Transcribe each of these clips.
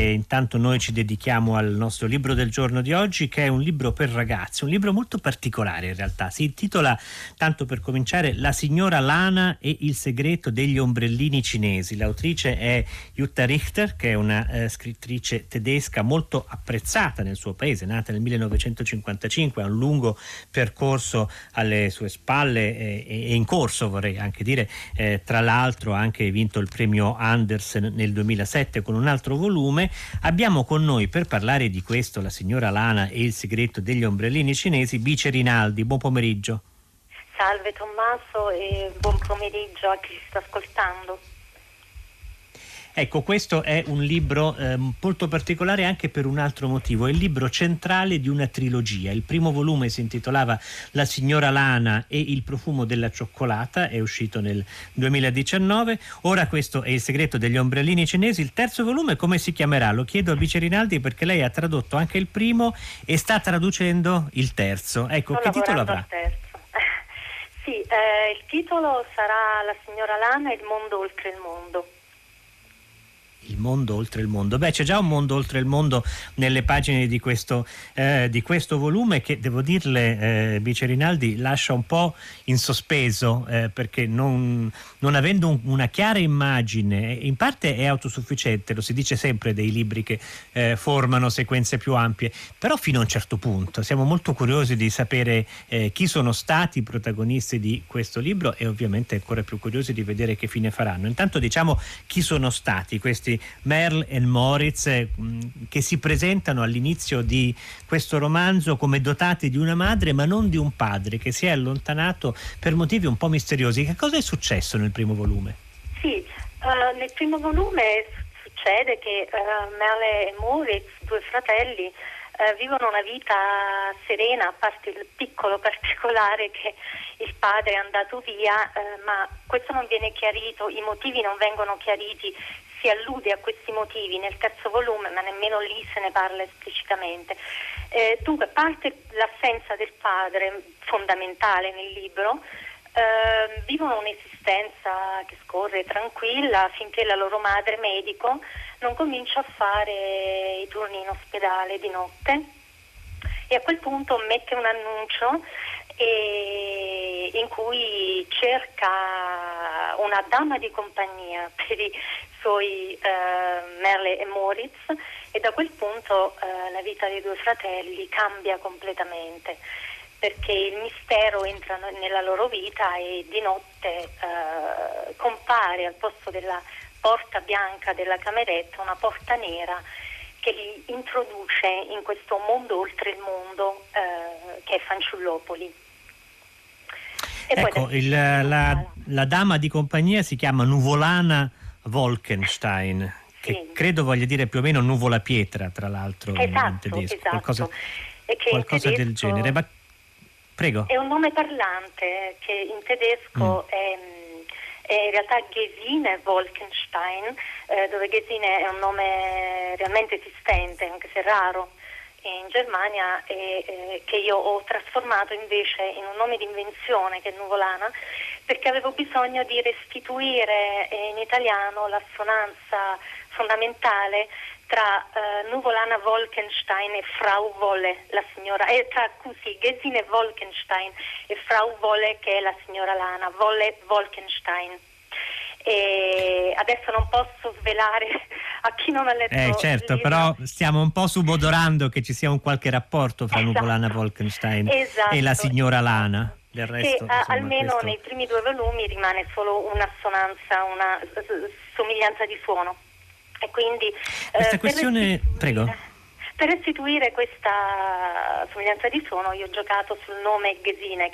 e intanto noi ci dedichiamo al nostro libro del giorno di oggi, che è un libro per ragazzi, un libro molto particolare in realtà. Si intitola, tanto per cominciare, La signora Lana e il segreto degli ombrellini cinesi. L'autrice è Jutta Richter, che è una scrittrice tedesca molto apprezzata nel suo paese, nata nel 1955, ha un lungo percorso alle sue spalle e in corso, vorrei anche dire. Tra l'altro ha anche vinto il premio Andersen nel 2007 con un altro volume. Abbiamo con noi per parlare di questo, La signora Lana e il segreto degli ombrellini cinesi, Bice Rinaldi. Buon pomeriggio. Salve Tommaso e buon pomeriggio a chi sta ascoltando. Ecco, questo è un libro molto particolare anche per un altro motivo. È il libro centrale di una trilogia. Il primo volume si intitolava La signora Lana e il profumo della cioccolata, è uscito nel 2019. Ora questo è il segreto degli ombrellini cinesi. Il terzo volume come si chiamerà? Lo chiedo a Bice Rinaldi perché lei ha tradotto anche il primo e sta traducendo il terzo. Ecco, che titolo avrà? Sì, il titolo sarà La signora Lana e il mondo oltre il mondo. Il mondo oltre il mondo. Beh, c'è già un mondo oltre il mondo nelle pagine di questo volume che, devo dirle, Bice Rinaldi, lascia un po' in sospeso perché non avendo una chiara immagine, in parte è autosufficiente, lo si dice sempre dei libri che formano sequenze più ampie, però fino a un certo punto siamo molto curiosi di sapere chi sono stati i protagonisti di questo libro e ovviamente ancora più curiosi di vedere che fine faranno. Intanto diciamo chi sono stati questi Merle e Moritz che si presentano all'inizio di questo romanzo come dotati di una madre ma non di un padre, che si è allontanato per motivi un po' misteriosi. Che cosa è successo nel primo volume? Sì, nel primo volume succede che Merle e Moritz, due fratelli, vivono una vita serena, a parte il piccolo particolare che il padre è andato via, ma questo non viene chiarito, i motivi non vengono chiariti. Si allude a questi motivi nel terzo volume, ma nemmeno lì se ne parla esplicitamente. Dunque, a parte l'assenza del padre, fondamentale nel libro, vivono un'esistenza che scorre tranquilla finché la loro madre, medico, non comincia a fare i turni in ospedale di notte e a quel punto mette un annuncio in cui cerca una dama di compagnia per i suoi Merle e Moritz, e da quel punto la vita dei due fratelli cambia completamente, perché il mistero entra nella loro vita e di notte compare al posto della porta bianca della cameretta una porta nera che li introduce in questo mondo oltre il mondo che è Fanciullopoli. E ecco, la dama di compagnia si chiama Nuvolana Wolkenstein, che sì, credo voglia dire più o meno nuvola pietra, tra l'altro, in tedesco, esatto. qualcosa del genere. Ma prego. È un nome parlante che in tedesco è in realtà Gesine Wolkenstein, dove Gesine è un nome realmente esistente, anche se raro in Germania, che io ho trasformato invece in un nome di invenzione che è Nuvolana, perché avevo bisogno di restituire in italiano l'assonanza fondamentale tra Nuvolana Wolkenstein e Frau Wolle, la signora, tra Gesine Wolkenstein e Frau Wolle, che è la signora Lana, Wolle Wolkenstein. E adesso non posso svelare a chi non ha letto certo, il libro. Però stiamo un po' subodorando che ci sia un qualche rapporto fra Nuvolana Wolkenstein e la signora Lana. Del resto, che almeno nei primi due volumi rimane solo un'assonanza, una somiglianza di suono, e quindi questa questione, prego. Per restituire questa somiglianza di suono io ho giocato sul nome Gesine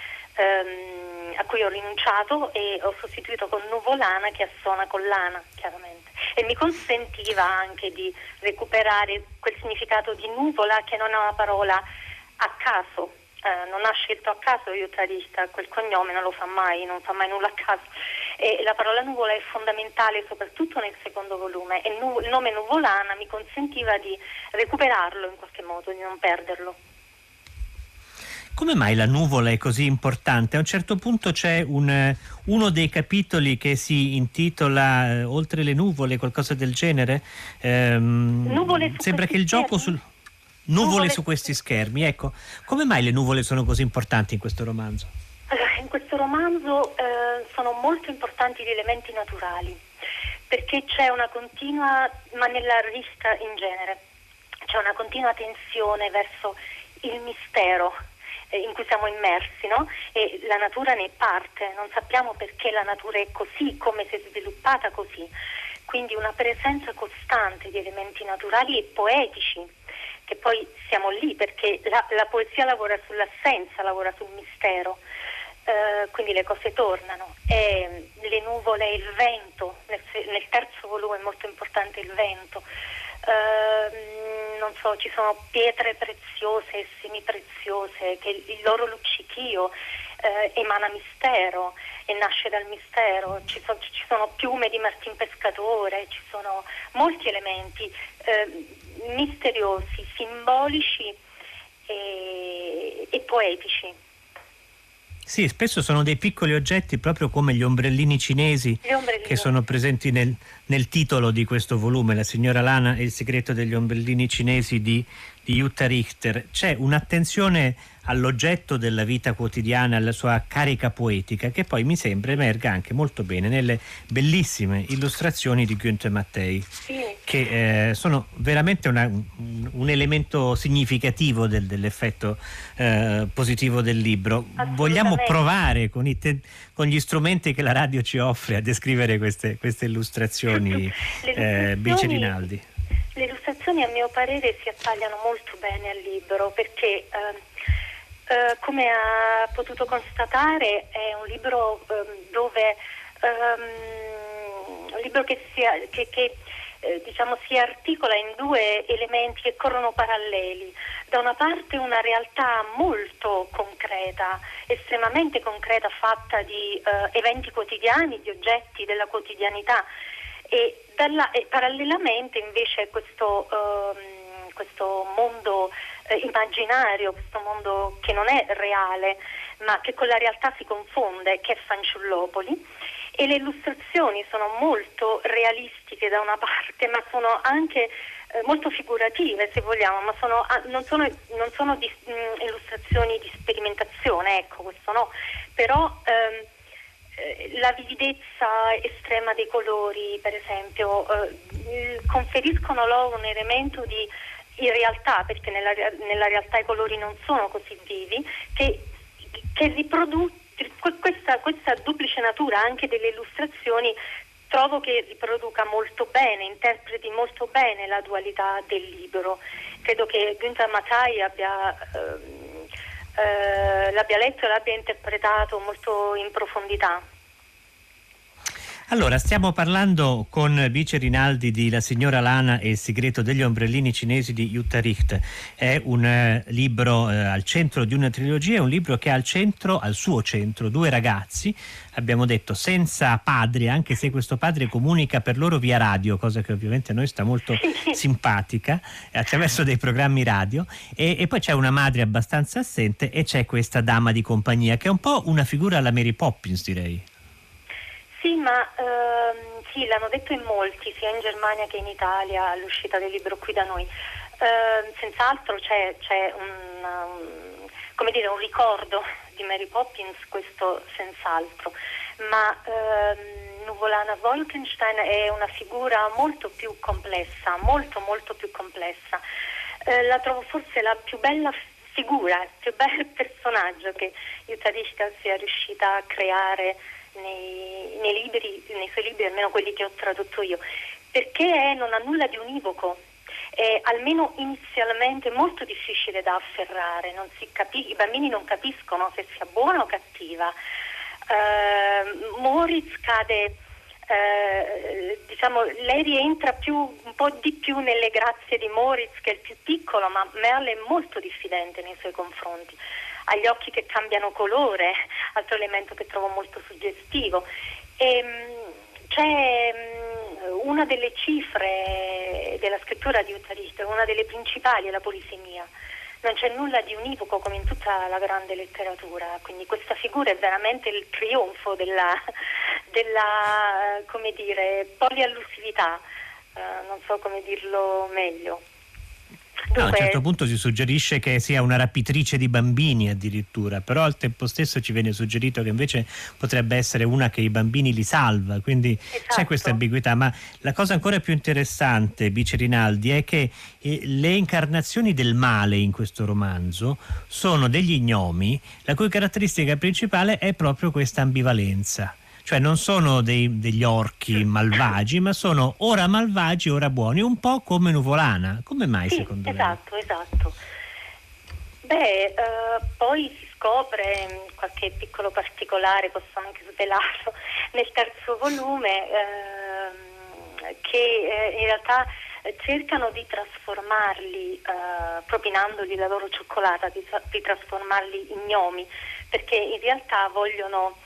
a cui ho rinunciato e ho sostituito con Nuvolana, che assona con lana, chiaramente, e mi consentiva anche di recuperare quel significato di nuvola, che non è una parola a caso, non ha scelto a caso Jutta Richter quel cognome, non fa mai nulla a caso, e la parola nuvola è fondamentale soprattutto nel secondo volume, e il nome Nuvolana mi consentiva di recuperarlo in qualche modo, di non perderlo. Come mai la nuvola è così importante? A un certo punto c'è uno dei capitoli che si intitola Oltre le nuvole, qualcosa del genere. Sembra che il gioco sul nuvole su questi schermi. Ecco, come mai le nuvole sono così importanti in questo romanzo? In questo romanzo sono molto importanti gli elementi naturali, perché c'è una continua, ma nella rivista in genere, c'è una continua tensione verso il mistero in cui siamo immersi, no? E la natura ne è parte, non sappiamo perché la natura è così, come si è sviluppata così. Quindi una presenza costante di elementi naturali e poetici, che poi siamo lì perché la poesia lavora sull'assenza, lavora sul mistero, quindi le cose tornano. E le nuvole, il vento, nel terzo volume è molto importante il vento. Non so, ci sono pietre preziose e semipreziose che il loro luccichio emana mistero e nasce dal mistero. Ci sono piume di Martin Pescatore, ci sono molti elementi misteriosi, simbolici e poetici. Sì, spesso sono dei piccoli oggetti, proprio come gli ombrellini cinesi che sono presenti nel titolo di questo volume, La signora Lana e il segreto degli ombrellini cinesi di Jutta Richter. C'è un'attenzione all'oggetto della vita quotidiana, alla sua carica poetica, che poi mi sembra emerga anche molto bene nelle bellissime illustrazioni di Günther Mattei, che sono veramente un elemento significativo dell'effetto positivo del libro. Vogliamo provare con gli strumenti che la radio ci offre a descrivere queste illustrazioni, Bice Rinaldi? Le illustrazioni, a mio parere, si attagliano molto bene al libro, perché come ha potuto constatare è un libro un libro che diciamo si articola in due elementi che corrono paralleli. Da una parte una realtà molto concreta, estremamente concreta, fatta di eventi quotidiani, di oggetti della quotidianità, e parallelamente invece questo mondo immaginario, questo mondo che non è reale ma che con la realtà si confonde, che è Fanciullopoli. E le illustrazioni sono molto realistiche da una parte, ma sono anche molto figurative, se vogliamo, ma non sono illustrazioni di sperimentazione, ecco, questo no, però la vividezza estrema dei colori, per esempio, conferiscono loro un elemento di irrealtà, perché nella realtà i colori non sono così vivi, che riproduce questa duplice natura anche delle illustrazioni. Trovo che riproduca molto bene, interpreti molto bene la dualità del libro. Credo che Günther Mattei l'abbia letto e l'abbia interpretato molto in profondità. Allora, stiamo parlando con Bice Rinaldi di La signora Lana e il segreto degli ombrellini cinesi di Jutta Richter. È un libro al centro di una trilogia, un libro che ha al suo centro, due ragazzi, abbiamo detto senza padre, anche se questo padre comunica per loro via radio, cosa che ovviamente a noi sta molto simpatica, attraverso dei programmi radio, e poi c'è una madre abbastanza assente e c'è questa dama di compagnia, che è un po' una figura alla Mary Poppins, direi. Sì, ma sì, l'hanno detto in molti, sia in Germania che in Italia, all'uscita del libro qui da noi. Senz'altro c'è un ricordo di Mary Poppins, questo senz'altro, ma Nuvolana Wolkenstein è una figura molto più complessa, molto molto più complessa. La trovo forse la più bella figura, il più bel personaggio che Jutta Richter sia riuscita a creare nei suoi libri, almeno quelli che ho tradotto io, perché non ha nulla di univoco, è almeno inizialmente molto difficile da afferrare, i bambini non capiscono se sia buona o cattiva. Moritz cade, lei rientra un po' di più nelle grazie di Moritz, che è il più piccolo, ma Merle è molto diffidente nei suoi confronti. Ha gli occhi che cambiano colore, altro elemento che trovo molto suggestivo. C'è una delle cifre della scrittura di Jutta Richter, una delle principali è la polisemia. non c'è nulla di univoco come in tutta la grande letteratura, quindi questa figura è veramente il trionfo della come dire, poliallusività, non so come dirlo meglio. No, a un certo punto si suggerisce che sia una rapitrice di bambini addirittura, però al tempo stesso ci viene suggerito che invece potrebbe essere una che i bambini li salva, quindi c'è questa ambiguità. Ma la cosa ancora più interessante, Bice Rinaldi, è che le incarnazioni del male in questo romanzo sono degli gnomi, la cui caratteristica principale è proprio questa ambivalenza. Cioè non sono degli orchi malvagi, ma sono ora malvagi, ora buoni, un po' come Nuvolana. Come mai secondo lei? Esatto. Beh, poi si scopre qualche piccolo particolare, posso anche svelarlo, nel terzo volume, che in realtà cercano di trasformarli, propinandogli la loro cioccolata, di trasformarli in gnomi, perché in realtà vogliono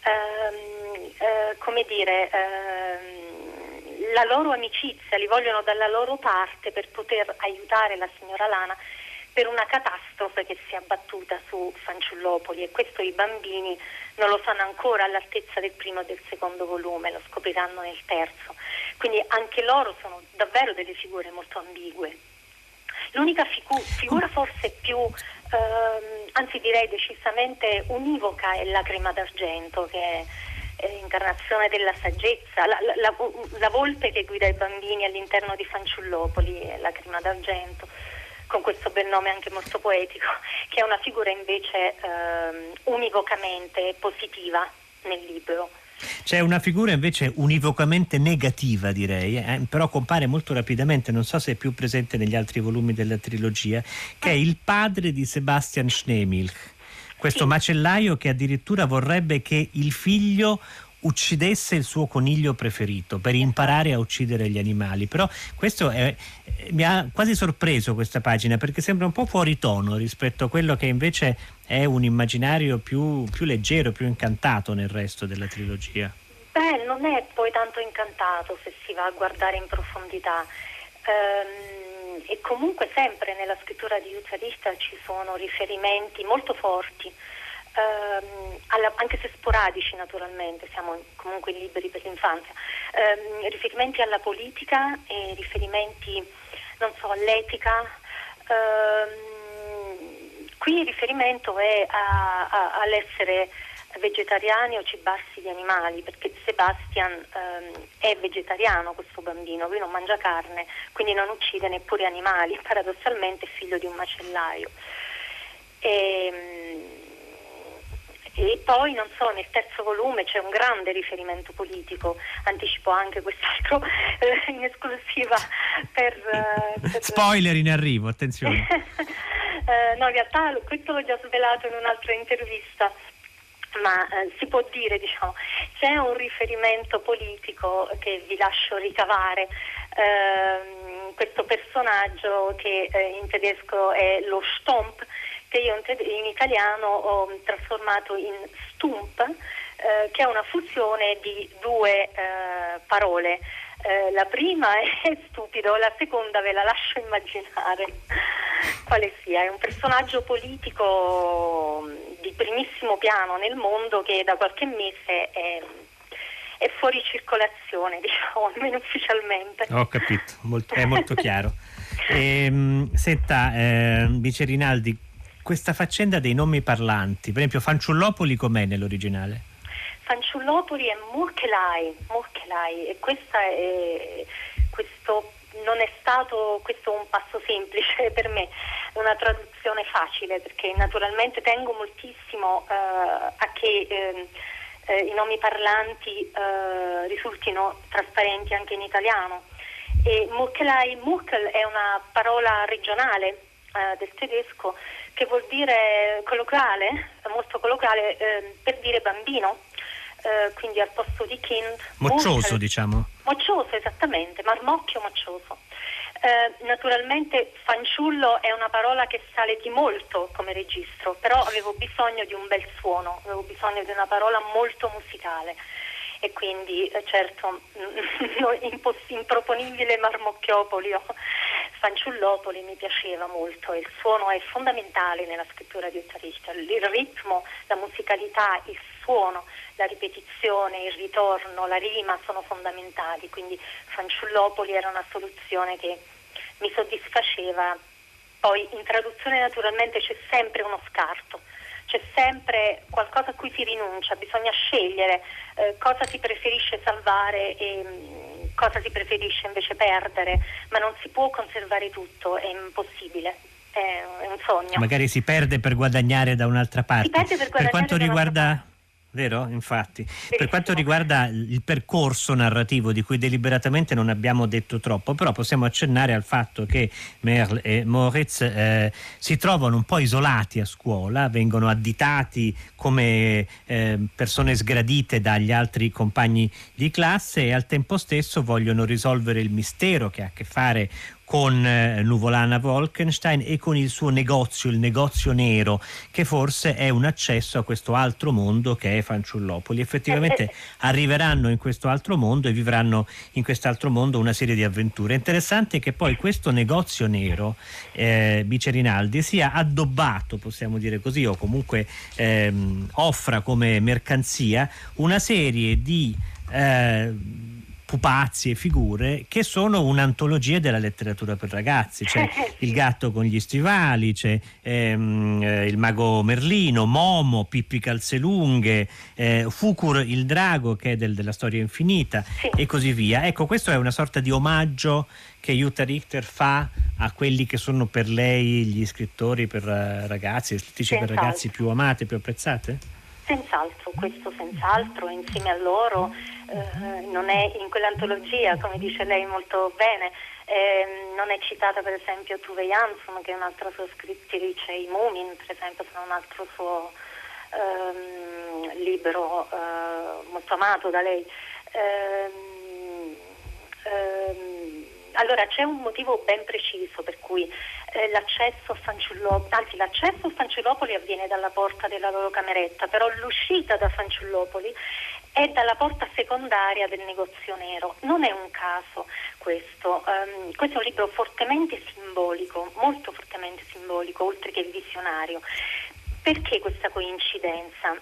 come dire, la loro amicizia, li vogliono dalla loro parte per poter aiutare la signora Lana per una catastrofe che si è abbattuta su Fanciullopoli, e questo i bambini non lo sanno ancora all'altezza del primo e del secondo volume, lo scopriranno nel terzo, quindi anche loro sono davvero delle figure molto ambigue. L'unica figura forse più, anzi direi decisamente univoca, è Lacrima d'Argento, che è l'incarnazione della saggezza, la volpe che guida i bambini all'interno di Fanciullopoli, è Lacrima d'Argento, con questo bel nome anche molto poetico, che è una figura invece univocamente positiva nel libro. C'è una figura invece univocamente negativa, direi, però compare molto rapidamente, non so se è più presente negli altri volumi della trilogia, che è il padre di Sebastian Schneemilch, questo macellaio che addirittura vorrebbe che il figlio uccidesse il suo coniglio preferito per imparare a uccidere gli animali. Però questo mi ha quasi sorpreso, questa pagina, perché sembra un po' fuori tono rispetto a quello che invece è un immaginario più leggero, più incantato nel resto della trilogia. Beh, non è poi tanto incantato se si va a guardare in profondità, e comunque sempre nella scrittura di Jutta Dichter ci sono riferimenti molto forti, anche se sporadici naturalmente, siamo comunque liberi per l'infanzia, riferimenti alla politica e riferimenti, non so, all'etica. Qui il riferimento è all'essere vegetariani o cibarsi di animali, perché Sebastian è vegetariano, questo bambino, lui non mangia carne, quindi non uccide neppure animali, paradossalmente è figlio di un macellaio. E poi, non so, nel terzo volume c'è un grande riferimento politico, anticipo anche quest'altro in esclusiva per spoiler in arrivo, attenzione. No, in realtà questo l'ho già svelato in un'altra intervista, ma si può dire, diciamo, c'è un riferimento politico che vi lascio ricavare. Questo personaggio che in tedesco è lo Stomp, che io in italiano ho trasformato in Stump, che è una fusione di due parole. La prima è stupido, la seconda ve la lascio immaginare quale sia. È un personaggio politico di primissimo piano nel mondo che da qualche mese è fuori circolazione, diciamo, almeno ufficialmente. Ho capito, è molto chiaro. Senta, Bice Rinaldi, questa faccenda dei nomi parlanti, per esempio Fanciullopoli com'è nell'originale? Fanciullopoli è Murkelai, e questo non è stato questo un passo semplice per me, una traduzione facile, perché naturalmente tengo moltissimo a che i nomi parlanti risultino trasparenti anche in italiano. E Murkelai, Murkel è una parola regionale del tedesco che vuol dire colloquiale, molto colloquiale, per dire bambino. Quindi al posto di kind, moccioso, Murkel, diciamo. Moccioso, esattamente, marmocchio moccioso. Naturalmente fanciullo è una parola che sale di molto come registro, però avevo bisogno di un bel suono, avevo bisogno di una parola molto musicale, e quindi certo improponibile Marmocchiopoli Fanciullopoli mi piaceva molto, il suono è fondamentale nella scrittura di Jutta Richter, il ritmo, la musicalità, il suono, la ripetizione, il ritorno, la rima sono fondamentali, quindi Fanciullopoli era una soluzione che mi soddisfaceva. Poi in traduzione naturalmente c'è sempre uno scarto, c'è sempre qualcosa a cui si rinuncia, bisogna scegliere cosa si preferisce salvare e cosa si preferisce invece perdere, ma non si può conservare tutto, è impossibile, è un sogno. Magari si perde per guadagnare da un'altra parte. Si perde per guadagnare per quanto da riguarda un'altra parte. Vero? Infatti. Verissimo. Per quanto riguarda il percorso narrativo, di cui deliberatamente non abbiamo detto troppo, però possiamo accennare al fatto che Merle e Moritz si trovano un po' isolati a scuola, vengono additati come persone sgradite dagli altri compagni di classe e al tempo stesso vogliono risolvere il mistero che ha a che fare con Nuvolana Wolkenstein e con il suo negozio, il negozio nero, che forse è un accesso a questo altro mondo che è Fanciullopoli. Effettivamente arriveranno in questo altro mondo e vivranno in quest'altro mondo una serie di avventure. È interessante che poi questo negozio nero, Bice Rinaldi, sia addobbato, possiamo dire così, o comunque offra come mercanzia una serie di pupazzi e figure che sono un'antologia della letteratura per ragazzi. C'è il gatto con gli stivali, c'è il mago Merlino, Momo, Pippi Calzelunghe, Fukur il drago, che è della storia infinita, e così via. Ecco, questo è una sorta di omaggio che Jutta Richter fa a quelli che sono per lei gli scrittori per ragazzi, le scrittrici per ragazzi più amate, più apprezzate? Senz'altro, questo senz'altro, insieme a loro non è in quell'antologia, come dice lei molto bene, non è citata per esempio Tove Jansson, che è un'altra sua scrittrice, i Moomin per esempio sono un altro suo libro molto amato da lei. Allora c'è un motivo ben preciso per cui l'accesso a Fanciullopoli avviene dalla porta della loro cameretta, però l'uscita da Fanciullopoli è dalla porta secondaria del negozio nero. Non è un caso questo. Questo è un libro fortemente simbolico, molto fortemente simbolico, oltre che visionario. Perché questa coincidenza?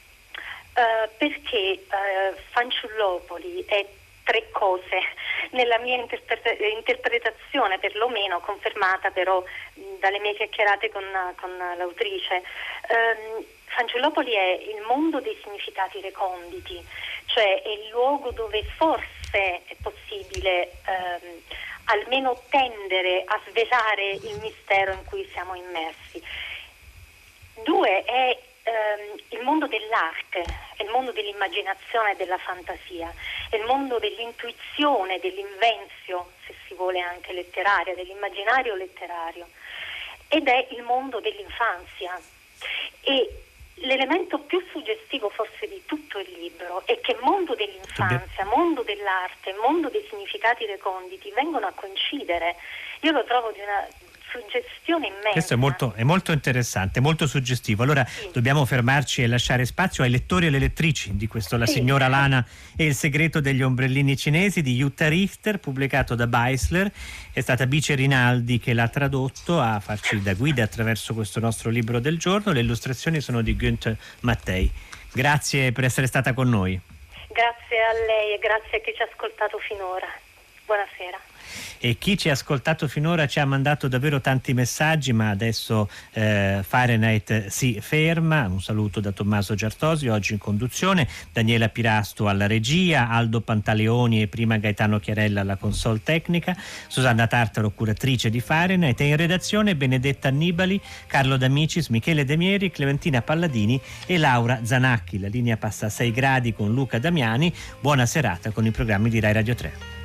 Perché Fanciullopoli è tre cose nella mia interpretazione, perlomeno confermata però dalle mie chiacchierate con l'autrice. Fanciullopoli è il mondo dei significati reconditi, cioè è il luogo dove forse è possibile almeno tendere a svelare il mistero in cui siamo immersi. Due, è il mondo dell'arte, è il mondo dell'immaginazione e della fantasia, è il mondo dell'intuizione, dell'invenzio, se si vuole anche letteraria, dell'immaginario letterario, ed è il mondo dell'infanzia. E l'elemento più suggestivo forse di tutto il libro è che mondo dell'infanzia, mondo dell'arte, mondo dei significati reconditi vengono a coincidere. Io lo trovo di una suggestione immensa. Questo è molto interessante, molto suggestivo. Allora dobbiamo fermarci e lasciare spazio ai lettori e alle lettrici di questo La signora Lana e il segreto degli ombrellini cinesi di Jutta Richter, pubblicato da Beisler. È stata Bice Rinaldi che l'ha tradotto a farci da guida attraverso questo nostro libro del giorno. Le illustrazioni sono di Günther Mattei. Grazie per essere stata con noi. Grazie a lei e grazie a chi ci ha ascoltato finora. Buonasera. E chi ci ha ascoltato finora ci ha mandato davvero tanti messaggi, ma adesso Fahrenheit si ferma. Un saluto da Tommaso Giartosi, oggi in conduzione, Daniela Pirasto alla regia, Aldo Pantaleoni e prima Gaetano Chiarella alla console tecnica, Susanna Tartaro curatrice di Fahrenheit, e in redazione Benedetta Annibali, Carlo D'Amicis, Michele Demieri, Clementina Palladini e Laura Zanacchi. La linea passa a 6 gradi con Luca Damiani. Buona serata con i programmi di Rai Radio 3.